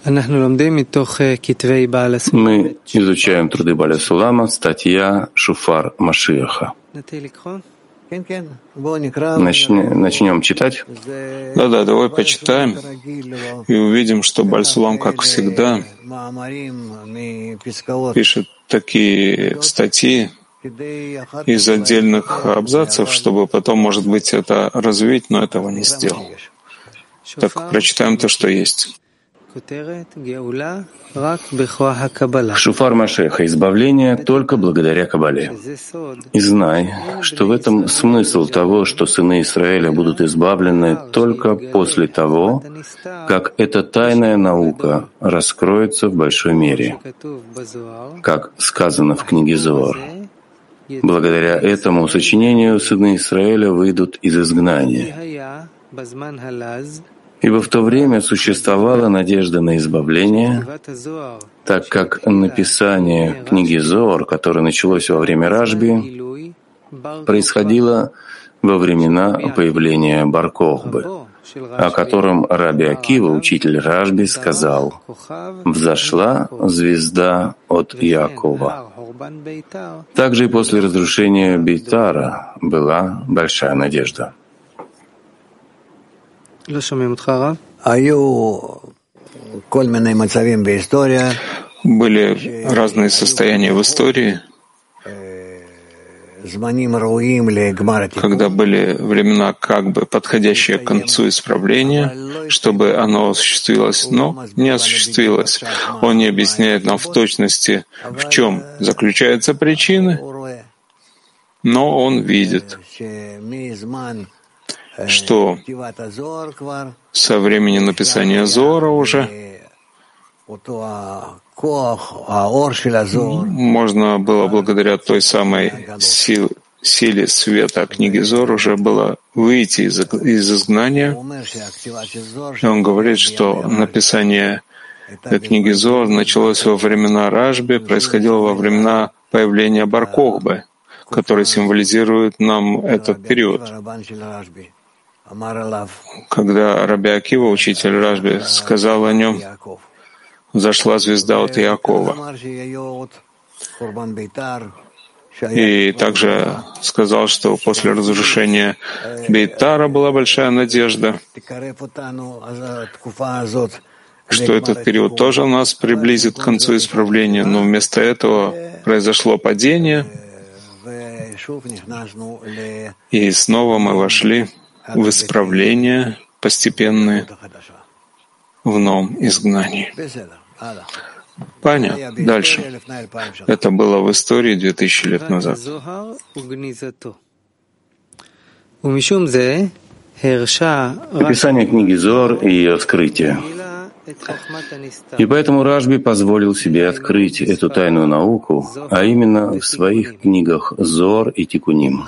Мы изучаем труды Бааля Сулама, статья «Шуфар Машиаха». Начнем читать? Да, давай почитаем и увидим, что Бааль Сулам, как всегда, пишет такие статьи из отдельных абзацев, чтобы потом, может быть, это развить, но этого не сделал. Так, прочитаем то, что есть. Шуфар Машеха — избавление только благодаря Кабале. И знай, что в этом смысл того, что сыны Израиля будут избавлены только после того, как эта тайная наука раскроется в большой мере, как сказано в книге Зоар. Благодаря этому сочинению сыны Израиля выйдут из изгнания. Ибо в то время существовала надежда на избавление, так как написание книги Зоар, которое началось во время Рашби, происходило во времена появления Бар-Кохбы, о котором Раби Акива, учитель Рашби, сказал: «Взошла звезда от Иакова». Также и после разрушения Бейтара была большая надежда. Были разные состояния в истории, когда были времена как бы подходящие к концу исправления, чтобы оно осуществилось, но не осуществилось. Он не объясняет нам в точности, в чем заключаются причины, но он видит, что со времени написания Зоара уже можно было благодаря той самой силе света книги Зоар уже было выйти из изгнания. И он говорит, что написание книги Зоар началось во времена Рашби, происходило во времена появления Бар-Кохбы, который символизирует нам этот период. Когда Раби Акива, учитель Рашби, сказал о нем: «Зашла звезда от Иакова». И также сказал, что после разрушения Бейтара была большая надежда, что этот период тоже нас приблизит к концу исправления, но вместо этого произошло падение, и снова мы вошли в исправление постепенное в новом изгнании. Понятно. Дальше. Это было в истории 2000 лет назад. Описание книги Зоар и ее скрытие. И поэтому Рашби позволил себе открыть эту тайную науку, а именно в своих книгах Зоар и Тикуним,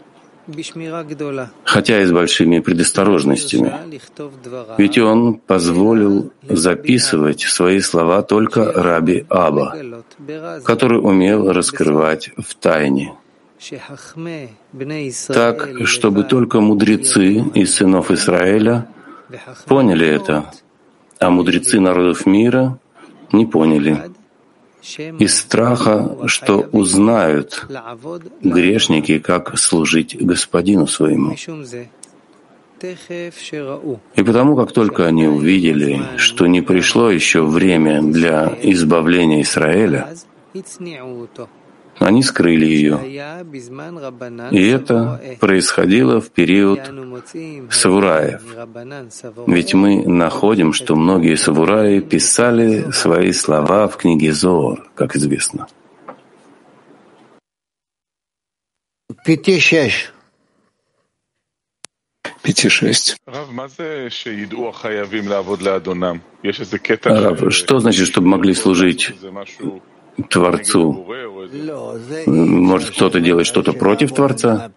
хотя и с большими предосторожностями. Ведь он позволил записывать свои слова только Раби Аба, который умел раскрывать в тайне, так, чтобы только мудрецы из сынов Израиля поняли это, а мудрецы народов мира не поняли, из страха, что узнают грешники, как служить Господину своему. И потому, как только они увидели, что не пришло еще время для избавления Израиля, они скрыли ее. И это происходило в период савураев. Ведь мы находим, что многие савураи писали свои слова в книге Зоар, как известно. 5-6. Рав, что значит, чтобы могли служить Творцу? Может, кто-то делает что-то против Творца?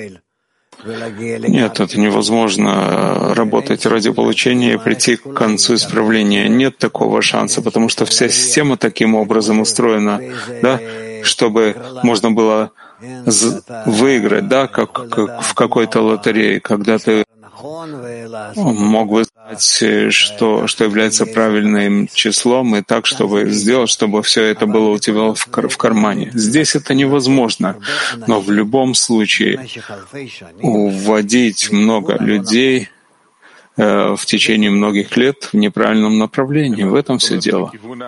Нет, это невозможно работать ради получения и прийти к концу исправления. Нет такого шанса, потому что вся система таким образом устроена, да, чтобы можно было выиграть, да, как в какой-то лотерее, когда ты мог бы знать, что является правильным числом, и так, чтобы сделать, чтобы все это было у тебя в кармане. Здесь это невозможно, но в любом случае уводить много людей в течение многих лет в неправильном направлении. В этом все дело.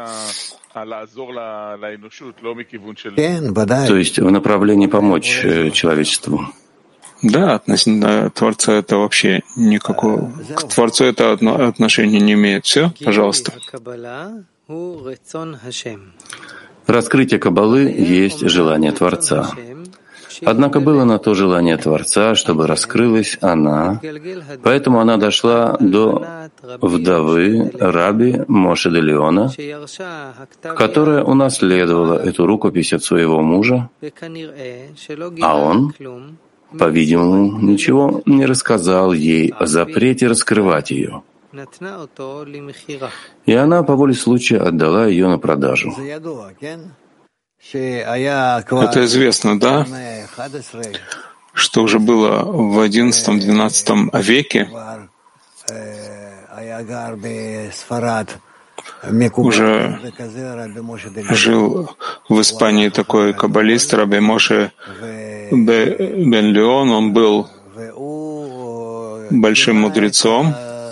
То есть в направлении помочь человечеству. Да, относительно Творца это вообще никакого... К Творцу это отношения не имеет. Все, пожалуйста. Раскрытие Каббалы есть желание Творца. Однако было на то желание Творца, чтобы раскрылась она, поэтому она дошла до вдовы Раби Моше де Леона, которая унаследовала эту рукопись от своего мужа, а он, по-видимому, ничего не рассказал ей о запрете раскрывать ее. И она по воле случая отдала ее на продажу. Это известно, да? Что уже было в XI-XII веке, уже жил в Испании такой каббалист Раби Моше бен Леон. Он был большим мудрецом.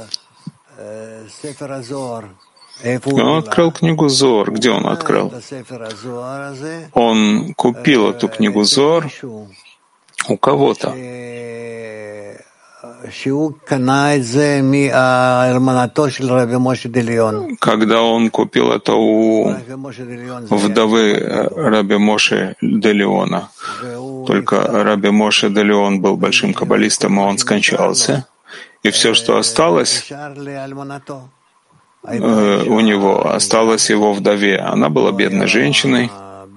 Он открыл книгу Зоар. Где он открыл? Он купил эту книгу Зоар у кого-то. Когда он купил это у вдовы Раби Моше де Леона. Только Раби Моше де Леон был большим каббалистом, и он скончался. И все, что осталось у него, осталось его вдове. Она была бедной женщиной,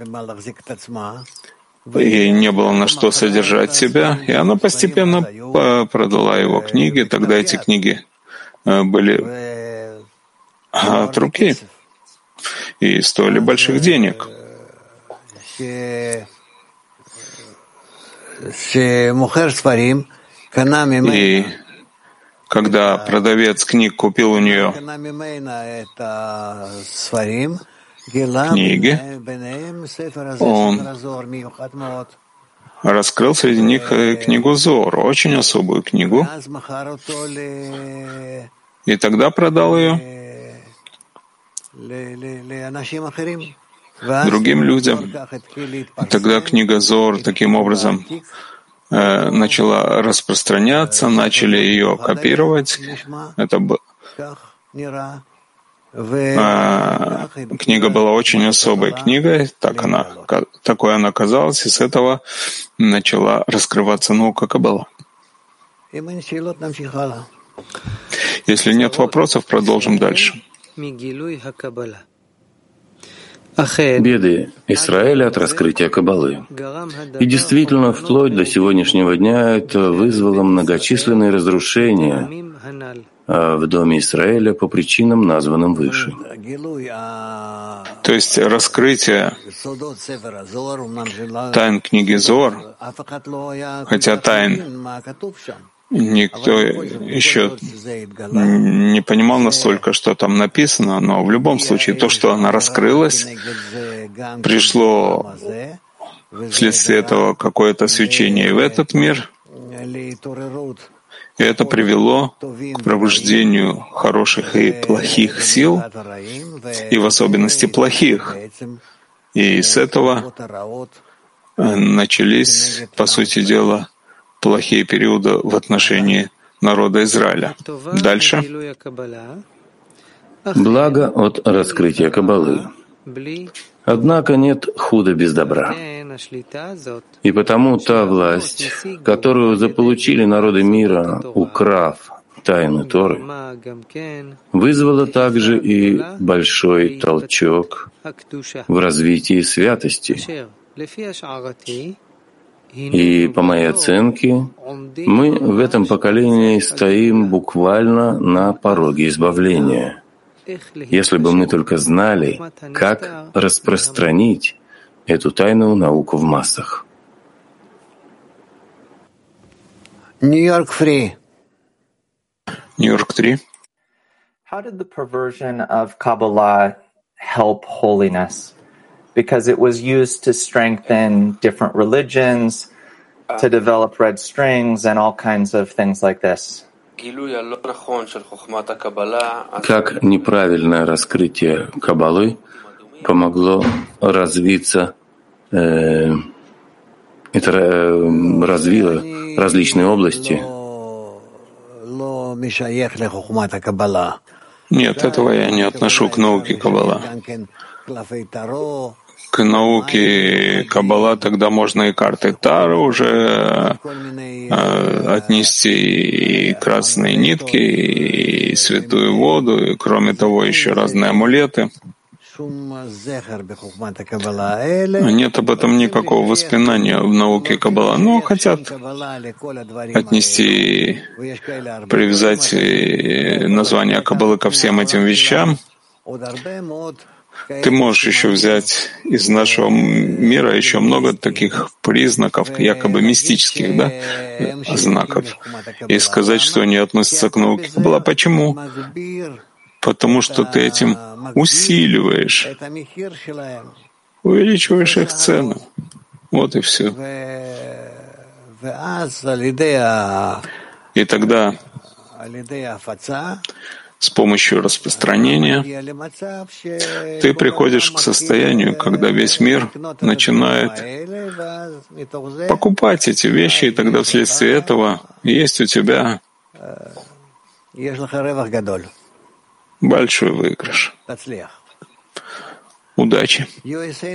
и не было на что содержать себя, и она постепенно продала его книги. Тогда эти книги были от руки и стоили больших денег. И когда продавец книг купил у нее книги, он раскрыл среди них книгу Зоар, очень особую книгу, и тогда продал ее другим людям. И тогда книга Зоар таким образом начала распространяться, начали ее копировать. Это книга была очень особой книгой, такой она казалась, и с этого начала раскрываться наука Каббала. Если нет вопросов, продолжим дальше. Беды Израиля от раскрытия Каббалы. И действительно, вплоть до сегодняшнего дня это вызвало многочисленные разрушения в доме Израиля по причинам, названным выше. То есть раскрытие тайн книги Зоар, хотя тайн никто еще не понимал настолько, что там написано, но в любом случае то, что она раскрылась, пришло вследствие этого какое-то свечение в этот мир, и это привело к пробуждению хороших и плохих сил, и в особенности плохих. И с этого начались, по сути дела, плохие периоды в отношении народа Израиля. Дальше. Благо от раскрытия Каббалы. Однако нет худа без добра. И потому та власть, которую заполучили народы мира, украв тайны Торы, вызвала также и большой толчок в развитии святости. И, по моей оценке, мы в этом поколении стоим буквально на пороге избавления. Если бы мы только знали, как распространить эту тайную науку в массах. Нью-Йорк Фри. Нью-Йорк 3. How did the perversion of Kabbalah help holiness? Because it was used to strengthen different religions, to develop red strings, and all kinds of things like this. Как неправильное раскрытие Каббалы помогло развиться, это развило различные области. Нет, этого я не отношу к науке Каббала. К науке Каббала тогда можно и карты Таро уже отнести, и красные нитки, и святую воду, и кроме того еще разные амулеты. Нет об этом никакого воспоминания в науке Каббала, но хотят отнести, привязать название Каббалы ко всем этим вещам. Ты можешь еще взять из нашего мира еще много таких признаков, якобы мистических, да, знаков, и сказать, что они относятся к науке Каббала. Почему? Потому что ты этим усиливаешь, увеличиваешь их цену. Вот и все. И тогда с помощью распространения ты приходишь к состоянию, когда весь мир начинает покупать эти вещи, и тогда вследствие этого есть у тебя большой выигрыш. Удачи. USA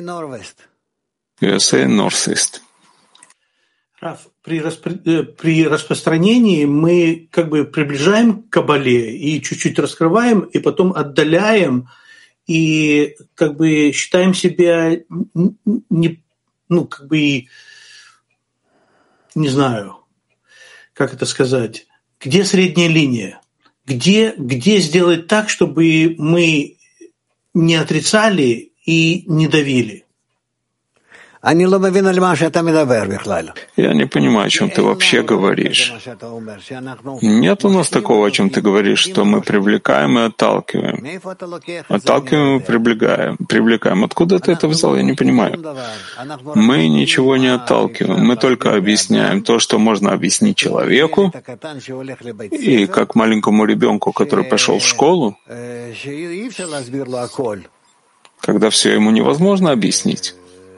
Northeast. Раф, при распространении мы как бы приближаем к Каббале и чуть-чуть раскрываем, и потом отдаляем, и как бы считаем себя не знаю, как это сказать, где средняя линия, где сделать так, чтобы мы не отрицали и не давили. Я не понимаю, о чем ты вообще говоришь. Нет у нас такого, о чем ты говоришь, что мы привлекаем и отталкиваем. Отталкиваем и привлекаем. Откуда ты это взял, я не понимаю. Мы ничего не отталкиваем, мы только объясняем то, что можно объяснить человеку, и как маленькому ребенку, который пошел в школу, когда все ему невозможно объяснить.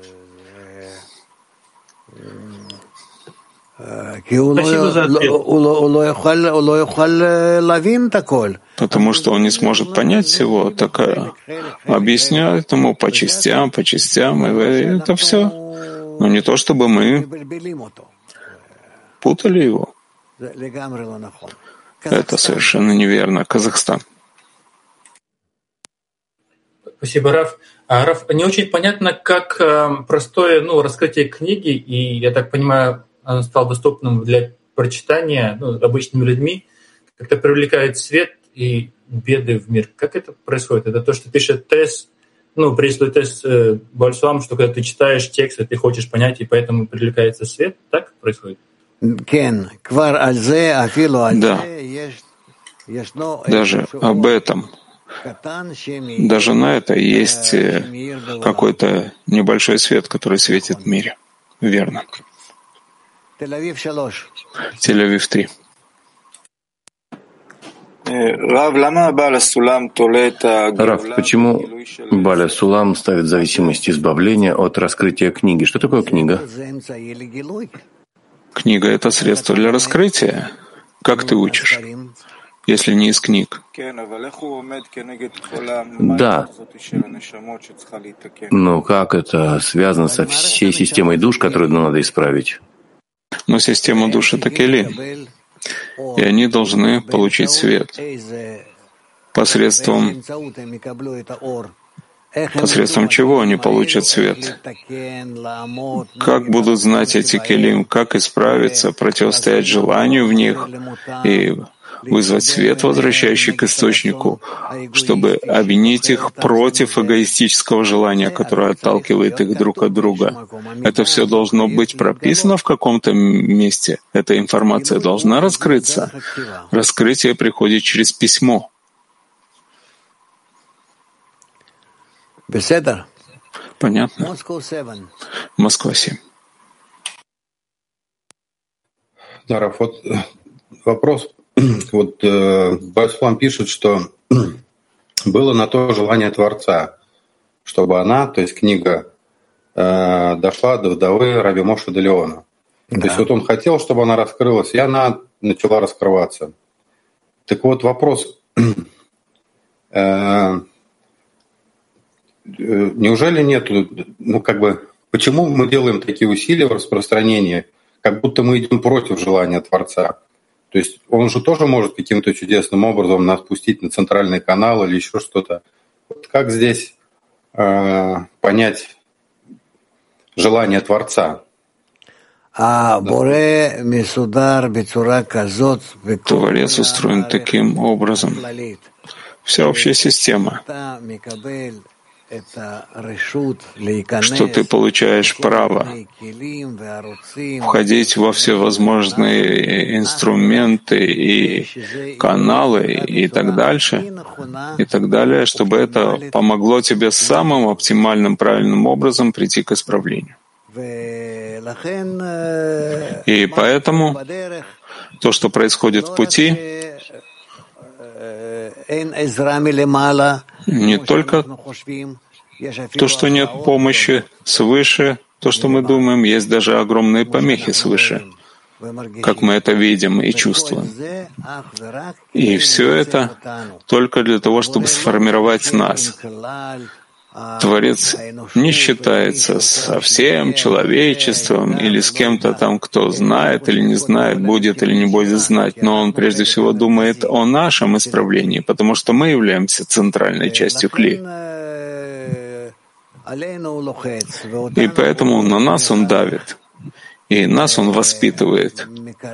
Спасибо за ответ. Потому что он не сможет понять всего, так объясняет ему по частям, и это все. Но не то, чтобы мы путали его. Это совершенно неверно. Казахстан. Спасибо, Раф. Раф, не очень понятно, как простое раскрытие книги, и, я так понимаю, оно стало доступным для прочитания обычными людьми, как-то привлекает свет и беды в мир. Как это происходит? Это то, что пишет Тесс, прислует Тесс Бальсуам, что когда ты читаешь текст, ты хочешь понять, и поэтому привлекается свет? Так происходит? Да. Даже об этом. Даже на это есть какой-то небольшой свет, который светит в мире. Верно. Тель-Авив 3. Рав, почему Баля Сулам ставит зависимость избавления от раскрытия книги? Что такое книга? Книга — это средство для раскрытия. Как ты учишь, если не из книг? Да. Но как это связано со всей системой душ, которую надо исправить? Но система душ — это келим, и они должны получить свет. Посредством чего они получат свет? Как будут знать эти келим, как исправиться, противостоять желанию в них и вызвать свет, возвращающий к источнику, чтобы обвинить их против эгоистического желания, которое отталкивает их друг от друга. Это все должно быть прописано в каком-то месте. Эта информация должна раскрыться. Раскрытие приходит через письмо. Понятно? Москва 7. Да, Раф, вот вопрос. Вот Басфлам пишет, что было на то желание Творца, чтобы она, то есть книга, дошла до вдовы Раби Моше де Леона. Да. То есть вот он хотел, чтобы она раскрылась, и она начала раскрываться. Так вот вопрос, неужели нет, почему мы делаем такие усилия в распространении, как будто мы идем против желания Творца? То есть он же тоже может каким-то чудесным образом нас пустить на центральный канал или еще что-то. Вот как здесь понять желание Творца? Творец устроен таким образом. Вся общая система, что ты получаешь право входить во всевозможные инструменты и каналы и так далее, чтобы это помогло тебе самым оптимальным, правильным образом прийти к исправлению. И поэтому то, что происходит в пути, не только то, что нет помощи свыше, то, что мы думаем, есть даже огромные помехи свыше, как мы это видим и чувствуем. И все это только для того, чтобы сформировать нас. Творец не считается со всем человечеством или с кем-то там, кто знает или не знает, будет или не будет знать, но он прежде всего думает о нашем исправлении, потому что мы являемся центральной частью кли. И поэтому на нас он давит, и нас он воспитывает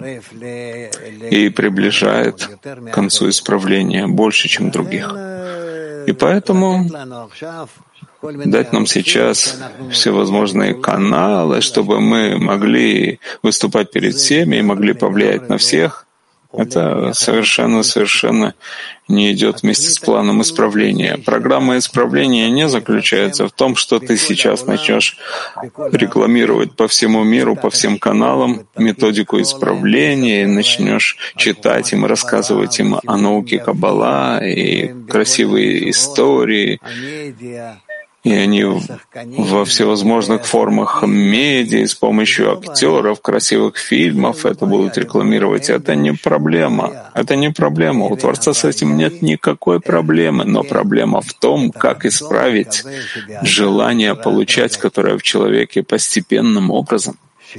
и приближает к концу исправления больше, чем других. И поэтому дать нам сейчас всевозможные каналы, чтобы мы могли выступать перед всеми и могли повлиять на всех, это совершенно не идет вместе с планом исправления. Программа исправления не заключается в том, что ты сейчас начнешь рекламировать по всему миру, по всем каналам методику исправления, и начнешь читать им, рассказывать им о науке Каббала и красивые истории. И они во всевозможных формах медиа, с помощью актеров, красивых фильмов это будут рекламировать. Это не проблема. Это не проблема. У Творца с этим нет никакой проблемы. Но проблема в том, как исправить желание получать, которое в человеке постепенным образом,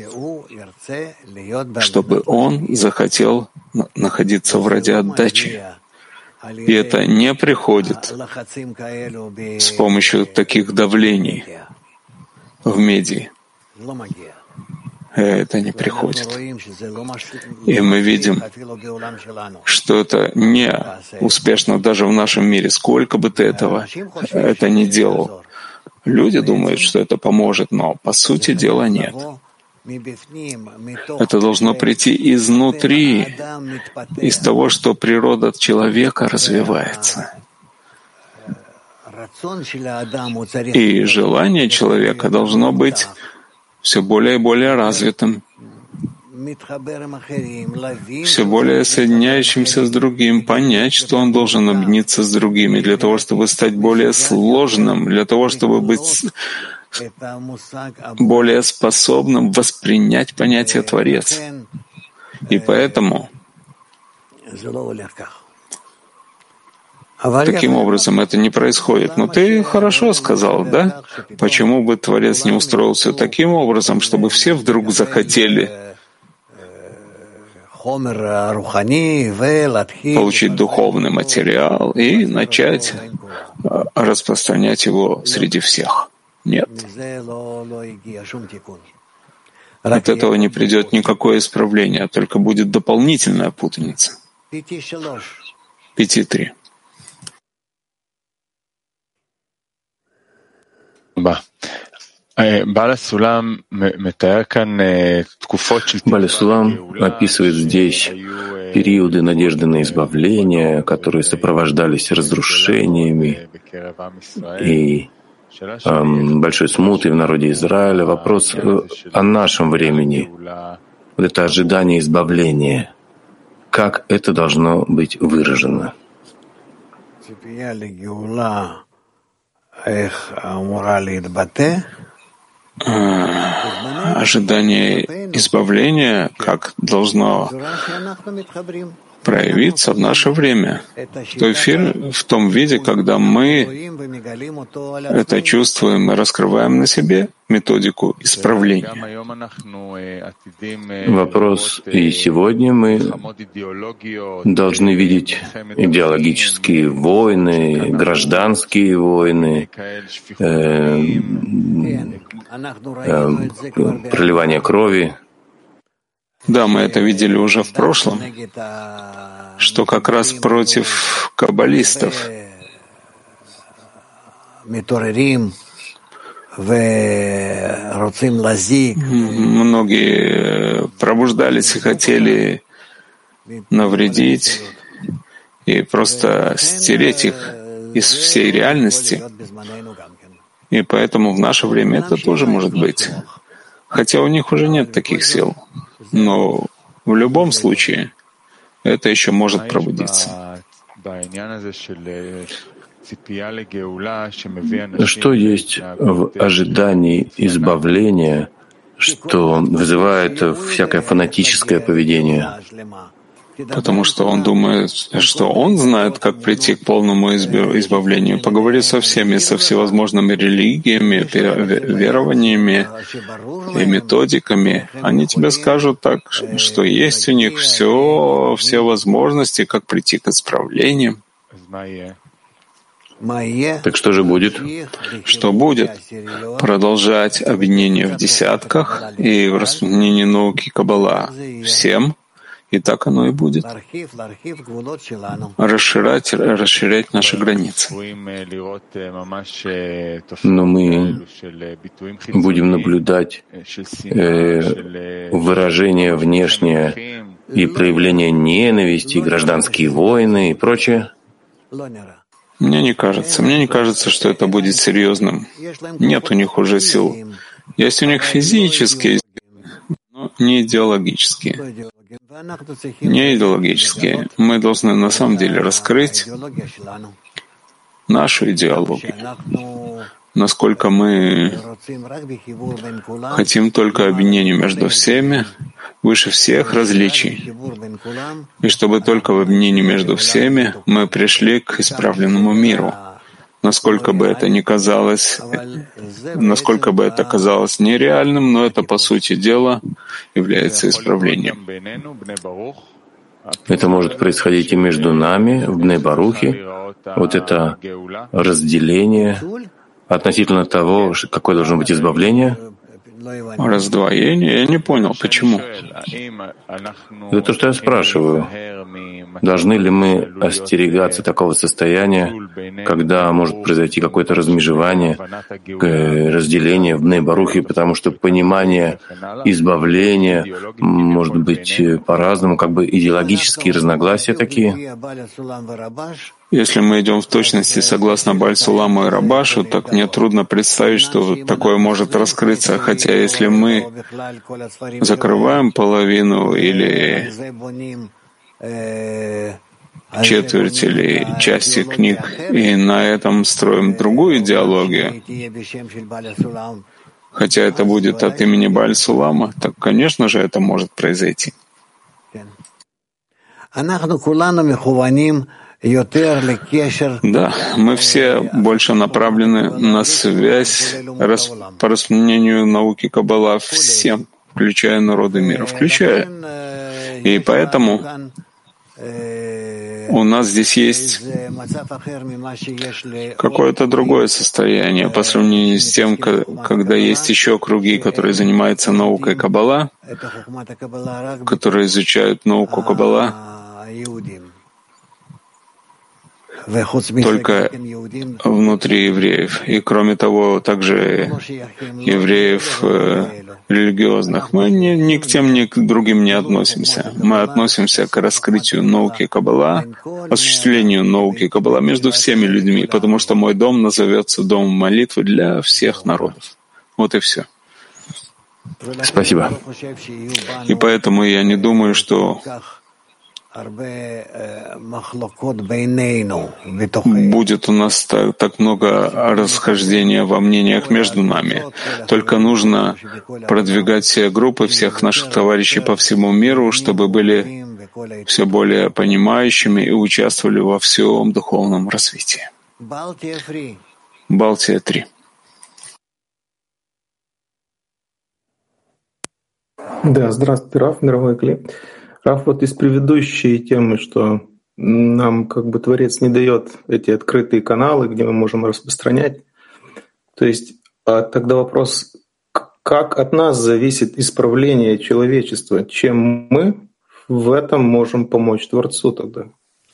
чтобы он захотел находиться в радиоотдаче. И это не приходит с помощью таких давлений в медии. Это не приходит. И мы видим, что это не успешно даже в нашем мире. Сколько бы ты это ни делал. Люди думают, что это поможет, но по сути дела нет. Это должно прийти изнутри, из того, что природа человека развивается. И желание человека должно быть все более и более развитым, все более соединяющимся с другим, понять, что он должен объединиться с другими, для того, чтобы стать более сложным, для того, чтобы быть более способным воспринять понятие Творец. И поэтому таким образом это не происходит. Но ты хорошо сказал, да? Почему бы Творец не устроил все таким образом, чтобы все вдруг захотели получить духовный материал и начать распространять его среди всех? Нет. От этого не придет никакое исправление, только будет дополнительная путаница. 5.3. Баля Сулам описывает здесь периоды надежды на избавление, которые сопровождались разрушениями и большой смутой в народе Израиля. Вопрос о нашем времени, вот это ожидание избавления, как это должно быть выражено? Ожидание избавления, как должно проявиться в наше время, в том виде, когда мы это чувствуем и раскрываем на себе методику исправления. Вопрос, и сегодня мы должны видеть идеологические войны, гражданские войны, проливание крови. Да, мы это видели уже в прошлом, что как раз против каббалистов многие пробуждались и хотели навредить и просто стереть их из всей реальности. И поэтому в наше время это тоже может быть. Хотя у них уже нет таких сил. Но в любом случае это еще может пробудиться. Что есть в ожидании избавления, что вызывает всякое фанатическое поведение? Потому что он думает, что он знает, как прийти к полному избавлению. Поговори со всеми, со всевозможными религиями, верованиями и методиками. Они тебе скажут так, что есть у них все возможности, как прийти к исправлению. Так что же будет? Что будет? Продолжать объединение в десятках и в распространении науки Каббала всем, и так оно и будет. Расширять наши границы. Но мы будем наблюдать выражение внешнее и проявление ненависти, гражданские войны и прочее. Мне не кажется, что это будет серьезным. Нет у них уже сил. Есть у них физические, но не идеологические. Не идеологические. Мы должны на самом деле раскрыть нашу идеологию. Насколько мы хотим только объединения между всеми, выше всех различий. И чтобы только в объединении между всеми мы пришли к исправленному миру. Насколько бы это казалось нереальным, но это, по сути дела, является исправлением. Это может происходить и между нами, в Бней-Барухе. Вот это разделение относительно того, какое должно быть избавление. Раздвоение? Я не понял, почему. Это то, что я спрашиваю. Должны ли мы остерегаться такого состояния, когда может произойти какое-то размежевание, разделение в Бней-Барухе, потому что понимание избавления может быть по-разному, как бы идеологические разногласия такие? Если мы идем в точности согласно Баль-Суламу и Рабашу, так мне трудно представить, что такое может раскрыться. Хотя если мы закрываем половину или четверть или части книг и на этом строим другую идеологию, хотя это будет от имени Баль-Сулама, так, конечно же, это может произойти. Да, мы все больше направлены на связь по распространению науки Каббала всем, включая народы мира, включая. И поэтому у нас здесь есть какое-то другое состояние по сравнению с тем, когда есть еще круги, которые занимаются наукой Каббала, которые изучают науку Каббала, только внутри евреев. И кроме того, также евреев религиозных. Мы ни к тем, ни к другим не относимся. Мы относимся к раскрытию науки Каббала, осуществлению науки Каббала между всеми людьми, потому что мой дом назовется домом молитвы для всех народов. Вот и все. Спасибо. И поэтому я не думаю, что будет у нас так много расхождения во мнениях между нами. Только нужно продвигать все группы, всех наших товарищей по всему миру, чтобы были все более понимающими и участвовали во всем духовном развитии. Балтия 3. Да, здравствуйте, Раф, дорогой Кли. Раф, вот из предыдущей темы, что нам как бы Творец не дает эти открытые каналы, где мы можем распространять. То есть тогда вопрос, как от нас зависит исправление человечества? Чем мы в этом можем помочь Творцу тогда?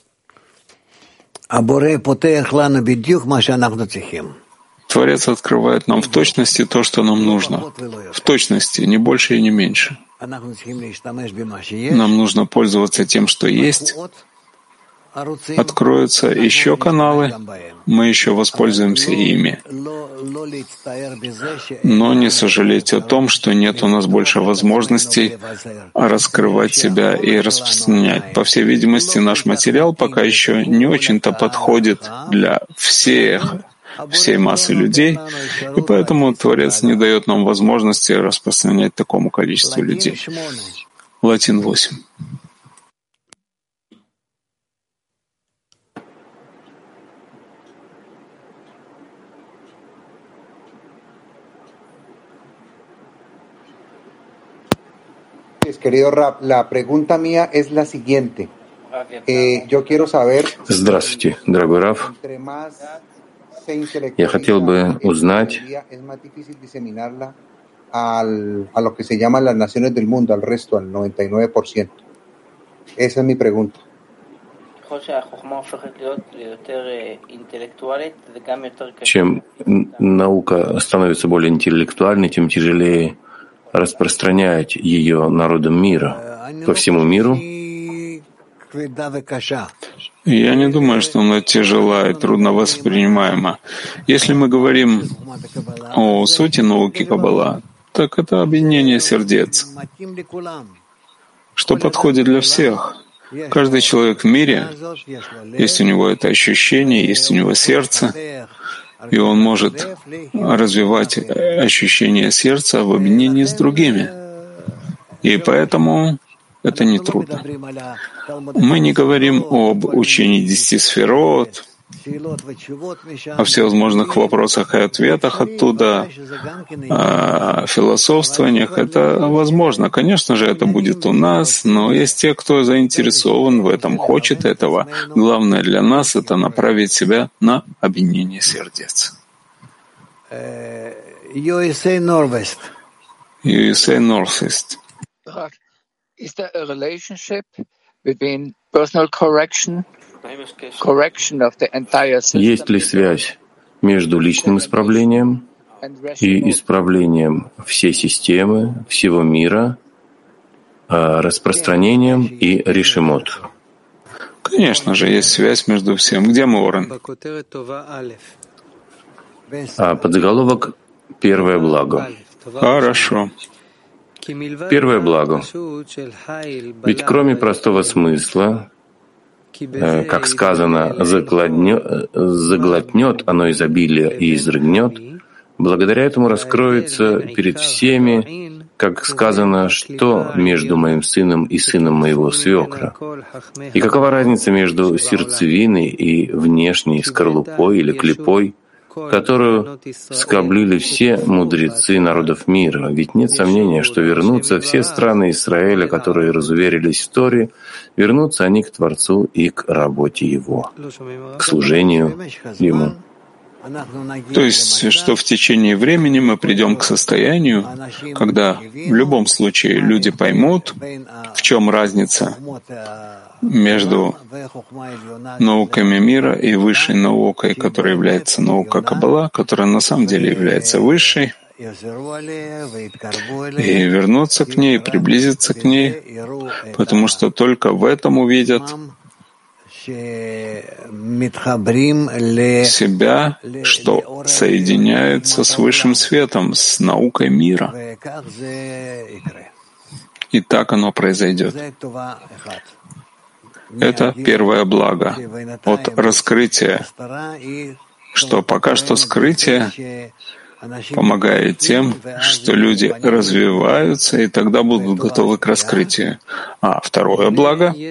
Творец открывает нам в точности то, что нам нужно. В точности, не больше и не меньше. Нам нужно пользоваться тем, что есть. Откроются еще каналы, мы еще воспользуемся ими. Но не сожалеть о том, что нет у нас больше возможностей раскрывать себя и распространять. По всей видимости, наш материал пока еще не очень-то подходит для всей массы людей, и поэтому Творец не дает нам возможности распространять такому количеству людей. Латин 8. Querido Rab, la pregunta mía es la siguiente. Yo quiero saber. Здравствуйте, дорогой Рав. Я хотел бы узнать, a lo que se llaman las naciones del mundo, al resto, al 99%. Esa es mi pregunta. Чем наука становится более интеллектуальной, тем тяжелее распространять ее народам мира, по всему миру. Я не думаю, что она тяжела и трудно воспринимаема. Если мы говорим о сути науки Каббала, так это объединение сердец, что подходит для всех. Каждый человек в мире, есть у него это ощущение, есть у него сердце, и он может развивать ощущение сердца в объединении с другими. И поэтому это не трудно. Мы не говорим об учении 10 сферот, о всевозможных вопросах и ответах оттуда, о философствованиях. Это возможно. Конечно же, это будет у нас, но есть те, кто заинтересован в этом, хочет этого. Главное для нас — это направить себя на объединение сердец. USA Northwest. USA Northwest. Is there a relationship between personal correction of the entire system? Есть ли связь между личным исправлением и исправлением всей системы, всего мира, распространением и решимот? Конечно же, есть связь между всем. Где мы, Орен? Подзаголовок «Первое благо». Хорошо. Первое благо. Ведь кроме простого смысла, как сказано, заглотнет оно изобилие и изрыгнет, благодаря этому раскроется перед всеми, как сказано, что между моим сыном и сыном моего свекра. И какова разница между сердцевиной и внешней скорлупой или клепой, которую скоблили все мудрецы народов мира. Ведь нет сомнения, что вернутся все страны Израиля, которые разуверились в Торе, вернутся они к Творцу и к работе Его, к служению Ему. То есть, что в течение времени мы придем к состоянию, когда в любом случае люди поймут, в чем разница между науками мира и высшей наукой, которая является наука Каббала, которая на самом деле является высшей, и вернуться к ней, приблизиться к ней, потому что только в этом увидят себя, что соединяются с высшим светом, с наукой мира. И так оно произойдет. Это первое благо от раскрытия, что пока что скрытие помогает тем, что люди развиваются и тогда будут готовы к раскрытию. А второе благо —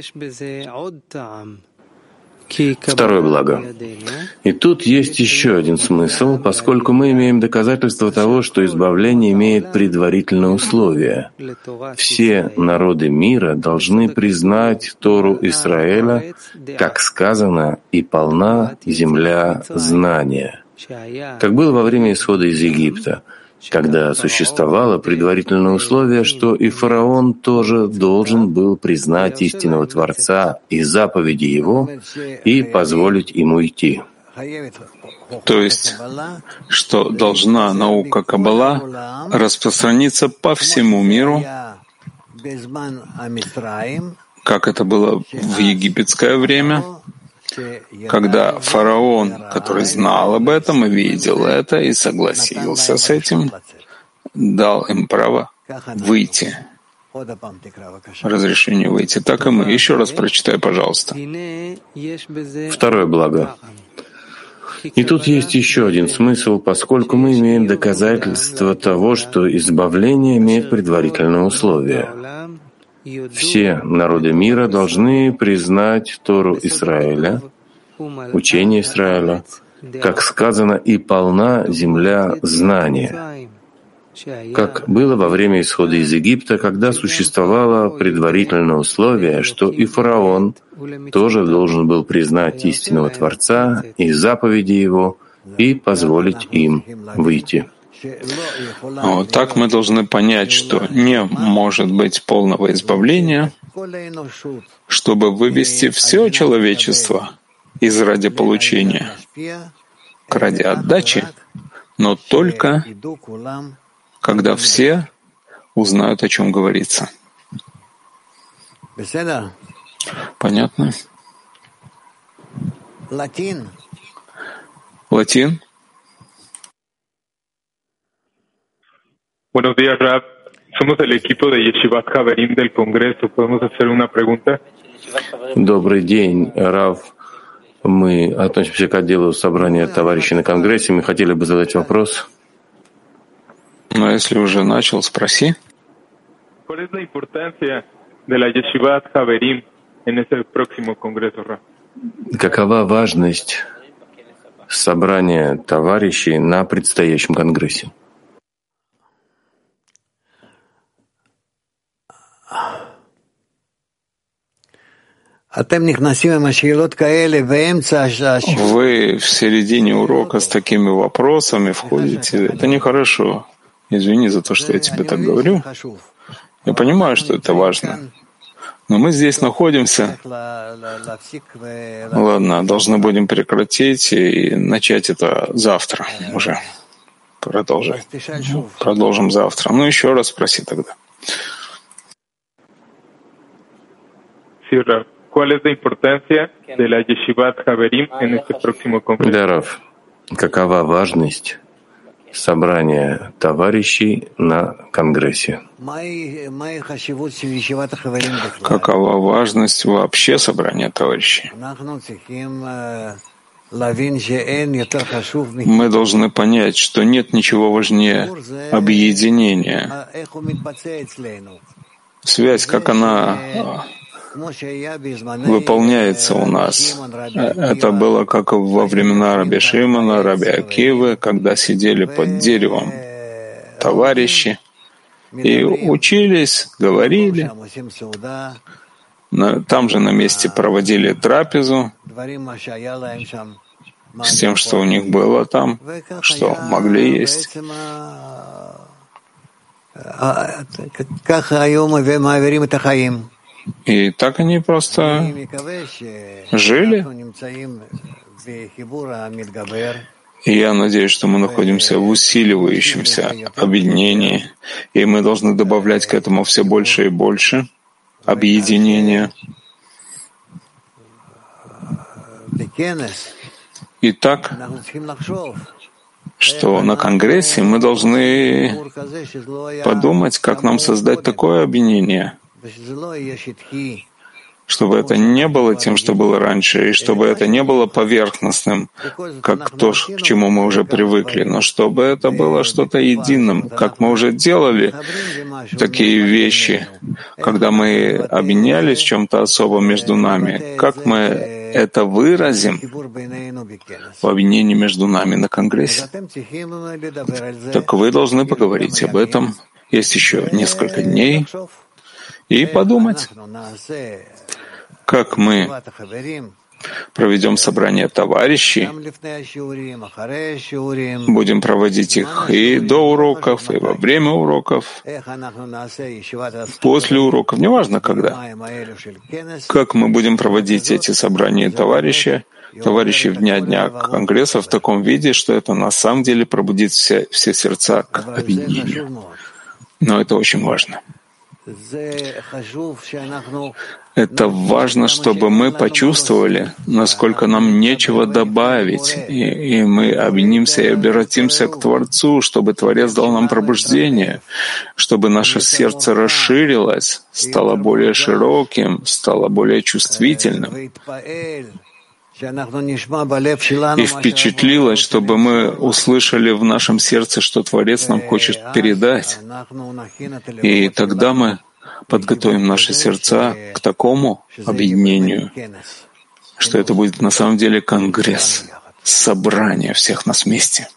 Второе благо. И тут есть еще один смысл, поскольку мы имеем доказательство того, что избавление имеет предварительное условие. Все народы мира должны признать Тору Израиля, как сказано, и полна земля знания. Как было во время исхода из Египта, когда существовало предварительное условие, что и фараон тоже должен был признать истинного Творца и заповеди Его и позволить ему идти. То есть, что должна наука Каббала распространиться по всему миру, как это было в египетское время, когда фараон, который знал об этом и видел это, и согласился с этим, дал им право выйти, разрешение выйти. Так и мы. Еще раз прочитай, пожалуйста. Второе благо. И тут есть еще один смысл, поскольку мы имеем доказательство того, что избавление имеет предварительное условие. Все народы мира должны признать Тору Израиля, учение Израиля, как сказано, и полна земля знания, как было во время исхода из Египта, когда существовало предварительное условие, что и фараон тоже должен был признать истинного Творца и заповеди Его и позволить им выйти. Вот так мы должны понять, что не может быть полного избавления, чтобы вывести все человечество из ради получения к ради отдачи, но только когда все узнают, о чем говорится. Понятно? Латин. Buenos días, Rab. Somos el equipo de Yeshivat Haverim del Congreso. ¿Podemos hacer una pregunta? Добрый день, Рав. Мы относимся к отделу собрания товарищей на Конгрессе. Мы хотели бы задать вопрос. Но если уже начал, спроси. ¿Cuál es la importancia de la Yeshivat Haverim en este próximo Congreso, Rab? Какова важность собрания товарищей на предстоящем Конгрессе? Вы в середине урока с такими вопросами входите. Это нехорошо. Извини за то, что я тебе так говорю. Я понимаю, что это важно. Но мы здесь находимся. Ладно, должны будем прекратить и начать это завтра уже. Продолжим завтра. Ну, еще раз спроси тогда. ¿Cuál es la importancia de la Yeshivat Haverim en este próximo congreso? Да, Рав. Какова важность собрания товарищей на Конгрессе? Какова важность вообще собрания товарищей? Мы должны понять, что нет ничего важнее объединения. Связь, как она выполняется у нас. Это было как во времена Раби Шимона, Раби Акивы, когда сидели под деревом товарищи и учились, говорили. Там же на месте проводили трапезу. с тем, что у них было там, что могли есть. И так они просто жили. И я надеюсь, что мы находимся в усиливающемся объединении, и мы должны добавлять к этому все больше и больше объединения. И так, что на Конгрессе мы должны подумать, как нам создать такое объединение, чтобы это не было тем, что было раньше, и чтобы это не было поверхностным, как то, к чему мы уже привыкли, но чтобы это было что-то единым, как мы уже делали такие вещи, когда мы объединялись в чем-то особом между нами, как мы это выразим в объединении между нами на Конгрессе. Так вы должны поговорить об этом. Есть еще несколько дней и подумать, как мы проведем собрание товарищей, будем проводить их и до уроков, и во время уроков, после уроков, неважно когда. Как мы будем проводить эти собрания товарищей в дня Конгресса в таком виде, что это на самом деле пробудит все сердца к объединению. Но это очень важно. Это важно, чтобы мы почувствовали, насколько нам нечего добавить, и мы объединимся и обратимся к Творцу, чтобы Творец дал нам пробуждение, чтобы наше сердце расширилось, стало более широким, стало более чувствительным. И впечатлилось, чтобы мы услышали в нашем сердце, что Творец нам хочет передать. И тогда мы подготовим наши сердца к такому объединению, что это будет на самом деле конгресс, собрание всех нас вместе.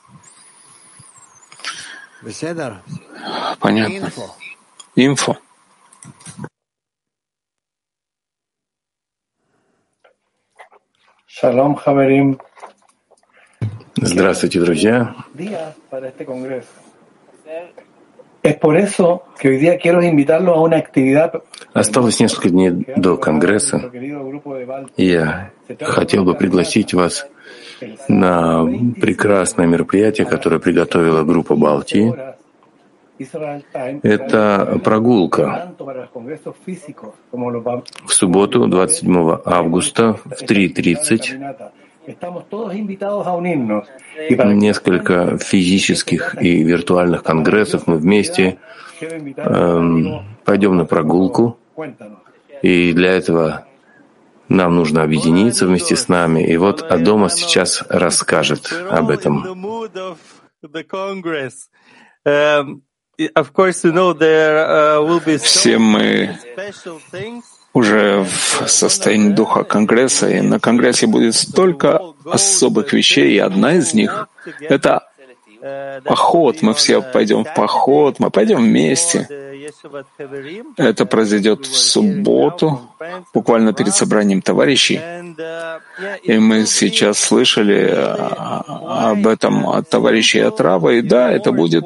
Понятно? Инфо. Здравствуйте, друзья. Осталось несколько дней до Конгресса, и я хотел бы пригласить вас на прекрасное мероприятие, которое приготовила группа Балтии. Это прогулка в субботу, 27 августа в 3:30. Несколько физических и виртуальных конгрессов. Мы вместе пойдем на прогулку, и для этого нам нужно объединиться вместе с нами. И вот Адома сейчас расскажет об этом. Все мы уже в состоянии духа Конгресса, и на Конгрессе будет столько особых вещей, и одна из них — это поход. Мы все пойдем в поход, мы пойдем вместе. Это произойдет в субботу, буквально перед собранием товарищей. И мы сейчас слышали об этом от товарищей от Рава, и да, это будет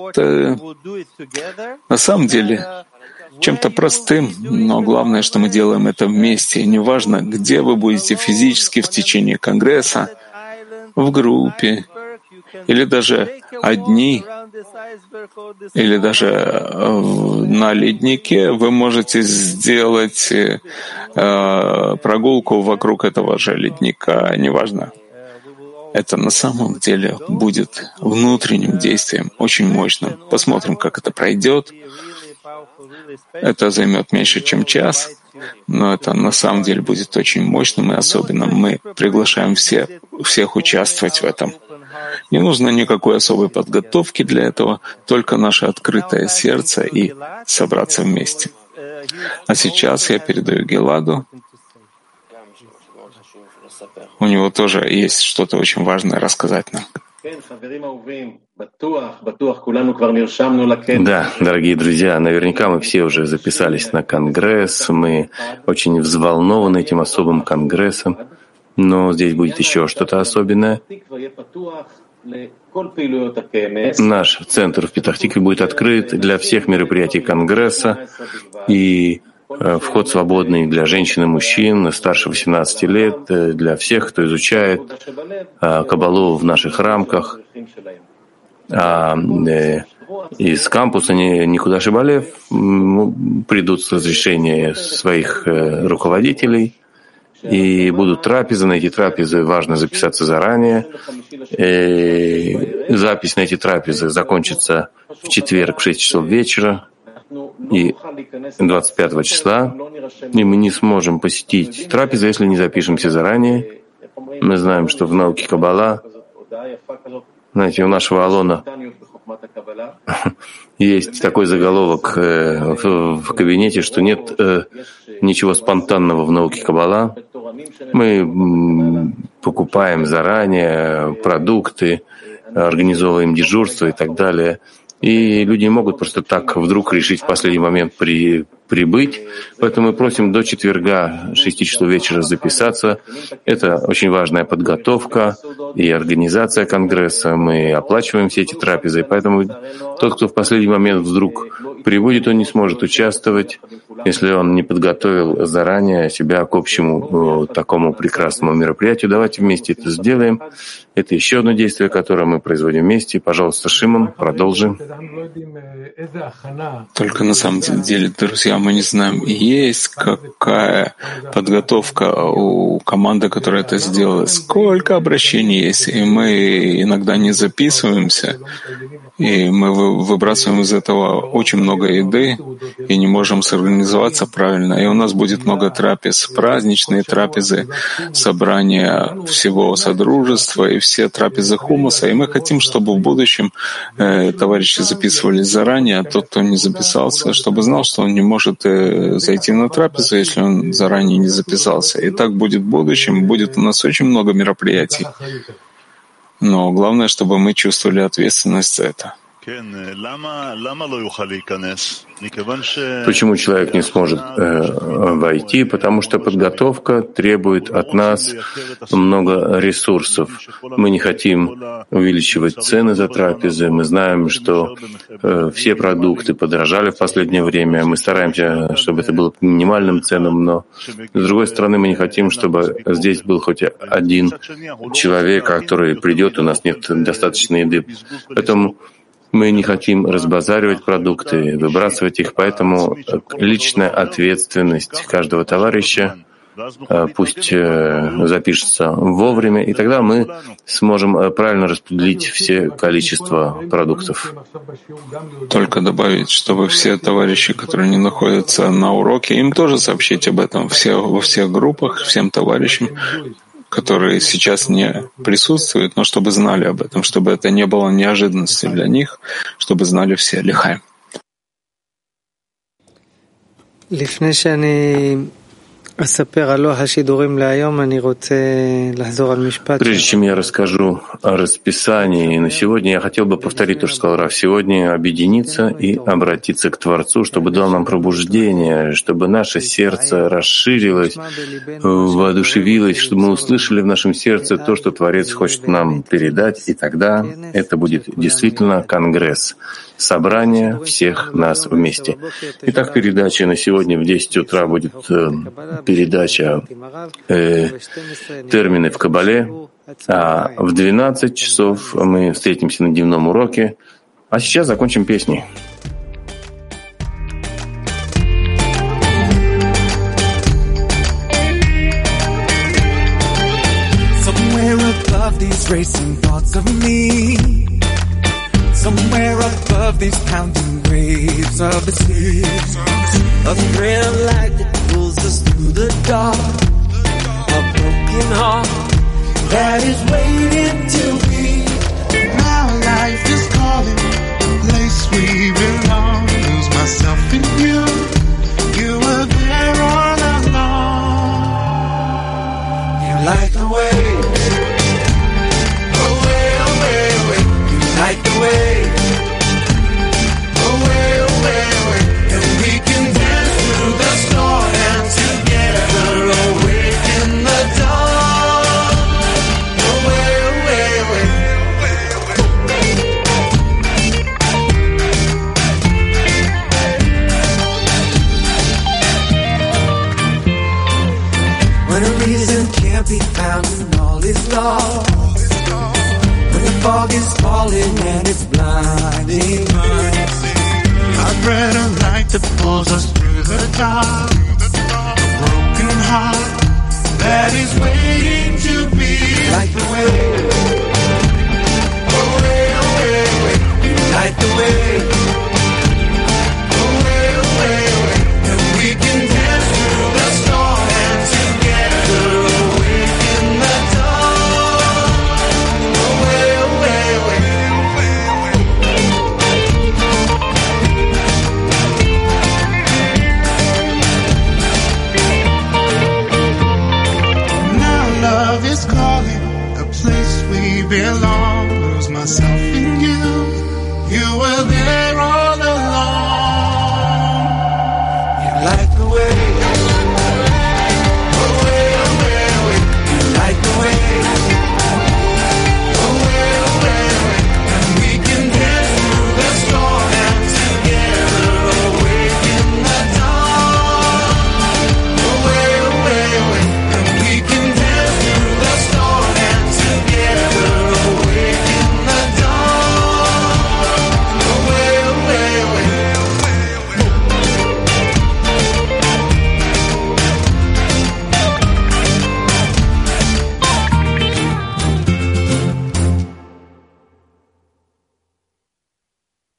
на самом деле чем-то простым, но главное, что мы делаем это вместе. И неважно, где вы будете физически в течение Конгресса, в группе, или даже одни, или даже на леднике, вы можете сделать прогулку вокруг этого же ледника, неважно. Это на самом деле будет внутренним действием, очень мощным. Посмотрим, как это пройдет. Это займет меньше, чем час, но это на самом деле будет очень мощным и особенным. Мы приглашаем всех участвовать в этом. Не нужно никакой особой подготовки для этого, только наше открытое сердце и собраться вместе. А сейчас я передаю Геладу. У него тоже есть что-то очень важное рассказать нам. Да, дорогие друзья, наверняка мы все уже записались на Конгресс, мы очень взволнованы этим особым Конгрессом. Но здесь будет еще что-то особенное. Наш центр в Петах-Тикве будет открыт для всех мероприятий Конгресса, и вход свободный для женщин и мужчин старше 18 лет, для всех, кто изучает Каббалу в наших рамках. Из кампуса Никуда Шибалев придут с разрешения своих руководителей, и будут трапезы. На эти трапезы важно записаться заранее. Запись на эти трапезы закончится в четверг в 6 часов вечера и 25 числа. И мы не сможем посетить трапезы, если не запишемся заранее. Мы знаем, что в науке Каббала, знаете, у нашего Алона есть такой заголовок в кабинете, что нет ничего спонтанного в науке Каббала. Мы покупаем заранее продукты, организовываем дежурство и так далее. И люди не могут просто так вдруг решить в последний момент прибыть. Поэтому мы просим до четверга 6 часов вечера записаться. Это очень важная подготовка и организация Конгресса. Мы оплачиваем все эти трапезы. Поэтому тот, кто в последний момент вдруг прибудет, он не сможет участвовать, если он не подготовил заранее себя к общему такому прекрасному мероприятию. Давайте вместе это сделаем. Это еще одно действие, которое мы производим вместе. Пожалуйста, Шимон, продолжим. Только на самом деле, друзья, мы не знаем, есть какая подготовка у команды, которая это сделала, сколько обращений есть, и мы иногда не записываемся, и мы выбрасываем из этого очень много еды и не можем сорганизоваться правильно. И у нас будет много трапез, праздничные трапезы, собрания всего Содружества и все трапезы хумуса. И мы хотим, чтобы в будущем товарищи записывались заранее, а тот, кто не записался, чтобы знал, что он не может зайти на трапезу, если он заранее не записался. И так будет в будущем. Будет у нас очень много мероприятий. Но главное, чтобы мы чувствовали ответственность за это. Почему человек не сможет войти? Потому что подготовка требует от нас много ресурсов. Мы не хотим увеличивать цены за трапезы. Мы знаем, что все продукты подорожали в последнее время. Мы стараемся, чтобы это было по минимальным ценам, но с другой стороны мы не хотим, чтобы здесь был хоть один человек, который придет, у нас нет достаточно еды. Поэтому мы не хотим разбазаривать продукты, выбрасывать их, поэтому личная ответственность каждого товарища пусть запишется вовремя, и тогда мы сможем правильно распределить все количество продуктов. Только добавить, чтобы все товарищи, которые не находятся на уроке, им тоже сообщить об этом во всех группах, всем товарищам, которые сейчас не присутствуют, но чтобы знали об этом, чтобы это не было неожиданностью для них, чтобы знали все. Лихай. Прежде чем я расскажу о расписании на сегодня, я хотел бы повторить то, что сказал Рав. Сегодня объединиться и обратиться к Творцу, чтобы дал нам пробуждение, чтобы наше сердце расширилось, воодушевилось, чтобы мы услышали в нашем сердце то, что Творец хочет нам передать, и тогда это будет действительно конгресс, собрание всех нас вместе. Итак, передача на сегодня в 10 утра будет передача термины в Кабале, а в 12 часов мы встретимся на дневном уроке, а сейчас закончим песней. Somewhere above these pounding waves of the sea, a thrill like that pulls us through the dark, a broken heart that is waiting to be. My life is calling, the place we belong. Lose myself in you, you were there all along. You light the way, away, away, away. You light the way. Dark. its blinding lights. I've read a light that pulls us through the dark. A broken heart that is waiting to be like the way